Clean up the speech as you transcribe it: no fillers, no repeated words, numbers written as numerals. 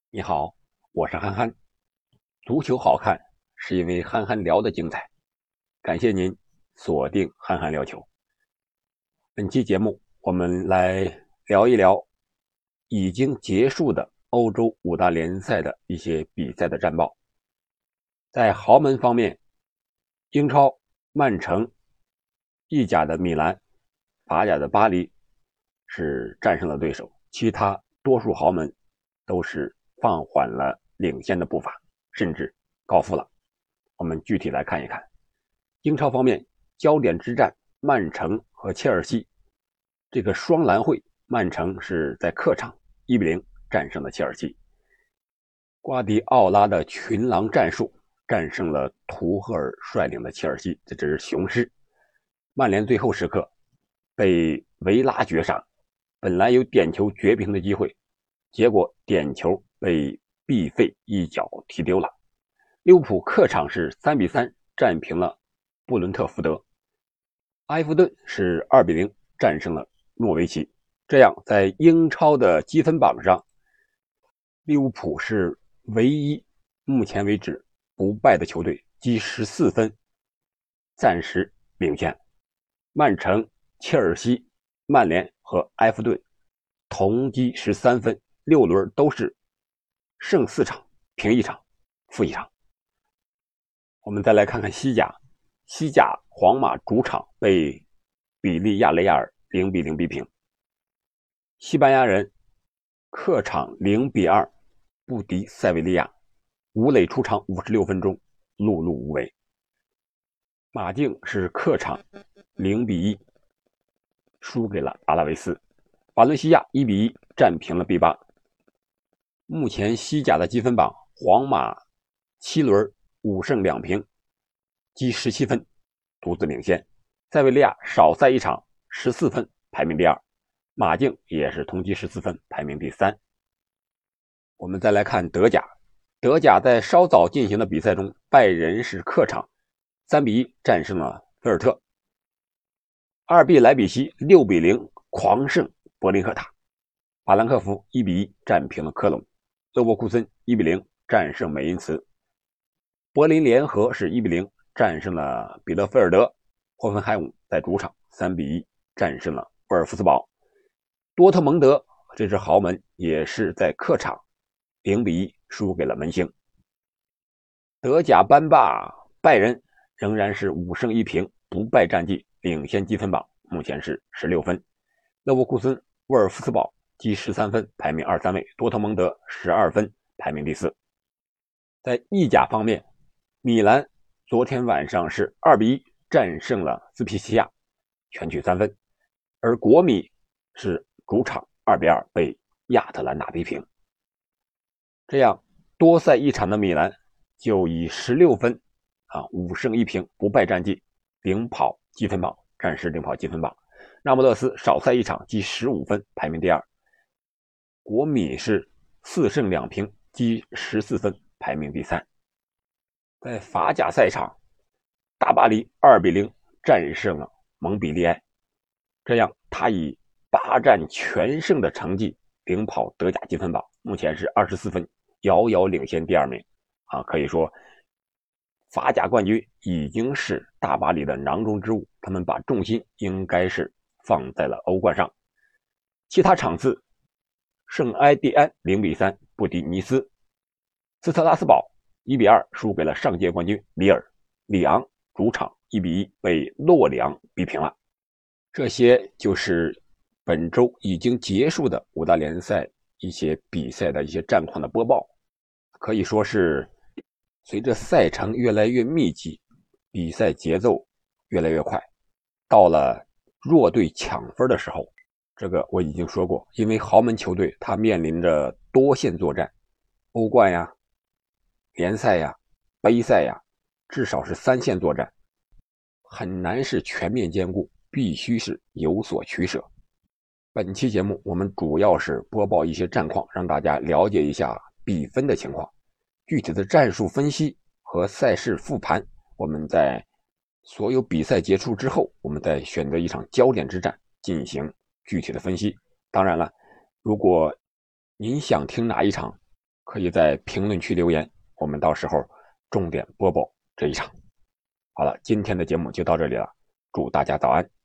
你好，我是憨憨。足球好看，是因为憨憨聊的精彩。感谢您锁定憨憨聊球。本期节目，我们来聊一聊已经结束的欧洲五大联赛的一些比赛的战报。在豪门方面，英超曼城、意甲的米兰、法甲的巴黎是战胜了对手，其他多数豪门都是放缓了领先的步伐，甚至告负了。我们具体来看一看。英超方面，焦点之战，曼城和切尔西这个双蓝会，曼城是在客场1-0战胜了切尔西。瓜迪奥拉的群狼战术战胜了图赫尔率领的切尔西这支雄狮。曼联最后时刻被维拉绝杀，本来有点球绝平的机会，结果点球被毕费一脚踢丢了。利物浦客场是3-3战平了布伦特福德。埃弗顿是2-0战胜了诺维奇。这样在英超的积分榜上，利物浦是唯一目前为止不败的球队，积14分，暂时领先。曼城、切尔西、曼联和埃弗顿同积13分，6轮都是胜4场，平1场，负1场。我们再来看看西甲，西甲皇马主场被比利亚雷亚尔0-0逼平。西班牙人客场0-2不敌塞维利亚，武磊出场56分钟，碌碌无为。马竞是客场0-1输给了阿拉维斯。瓦伦西亚1-1战平了毕巴。目前西甲的积分榜，皇马7轮5胜2平，积17分，独自领先。塞维利亚少赛1场，14分，排名第2。马竞也是同积14分，排名第3。我们再来看德甲，德甲在稍早进行的比赛中，拜仁是客场3-1战胜了菲尔特。2B 莱比锡6-0狂胜柏林赫塔。法兰克福1-1战平了科隆。勒沃库森1-0战胜美因茨。柏林联合是1-0战胜了比勒菲尔德。霍芬海姆在主场3-1战胜了沃尔夫斯堡。多特蒙德这支豪门也是在客场0-1输给了门兴。德甲班霸拜仁仍然是5胜1平不败战绩，领先积分榜，目前是16分。勒沃库森、沃尔夫斯堡积13分，排名2、3位。多特蒙德12分，排名第4。在意甲方面，米兰昨天晚上是2-1战胜了斯皮齐亚，全取3分。而国米是主场2-2被亚特兰大逼平。这样多赛1场的米兰就以16分5胜1平不败战绩领跑积分榜，暂时领跑积分榜。那不勒斯少赛1场，积15分，排名第2。国米是4胜2平，积14分，排名第3。在法甲赛场，大巴黎2-0战胜了蒙彼利埃，这样他以8战全胜的成绩领跑德甲积分榜，目前是24分，遥遥领先第2名。可以说法甲冠军已经是大巴黎的囊中之物，他们把重心应该是放在了欧冠上。其他场次，圣埃蒂安0-3不敌尼斯。斯特拉斯堡1-2输给了上届冠军里尔。里昂主场1-1被洛良逼平了。这些就是本周已经结束的五大联赛一些比赛的一些战况的播报。可以说是随着赛程越来越密集，比赛节奏越来越快，到了弱队抢分的时候，这个我已经说过，因为豪门球队他面临着多线作战，欧冠呀、联赛呀、杯赛呀，至少是3线作战，很难是全面兼顾，必须是有所取舍。本期节目我们主要是播报一些战况，让大家了解一下比分的情况。具体的战术分析和赛事复盘，我们在所有比赛结束之后，我们再选择一场焦点之战进行具体的分析。当然了，如果您想听哪一场， 可以在评论区留言，我们到时候重点播报这一场。好了，今天的节目就到这里了，祝大家早安。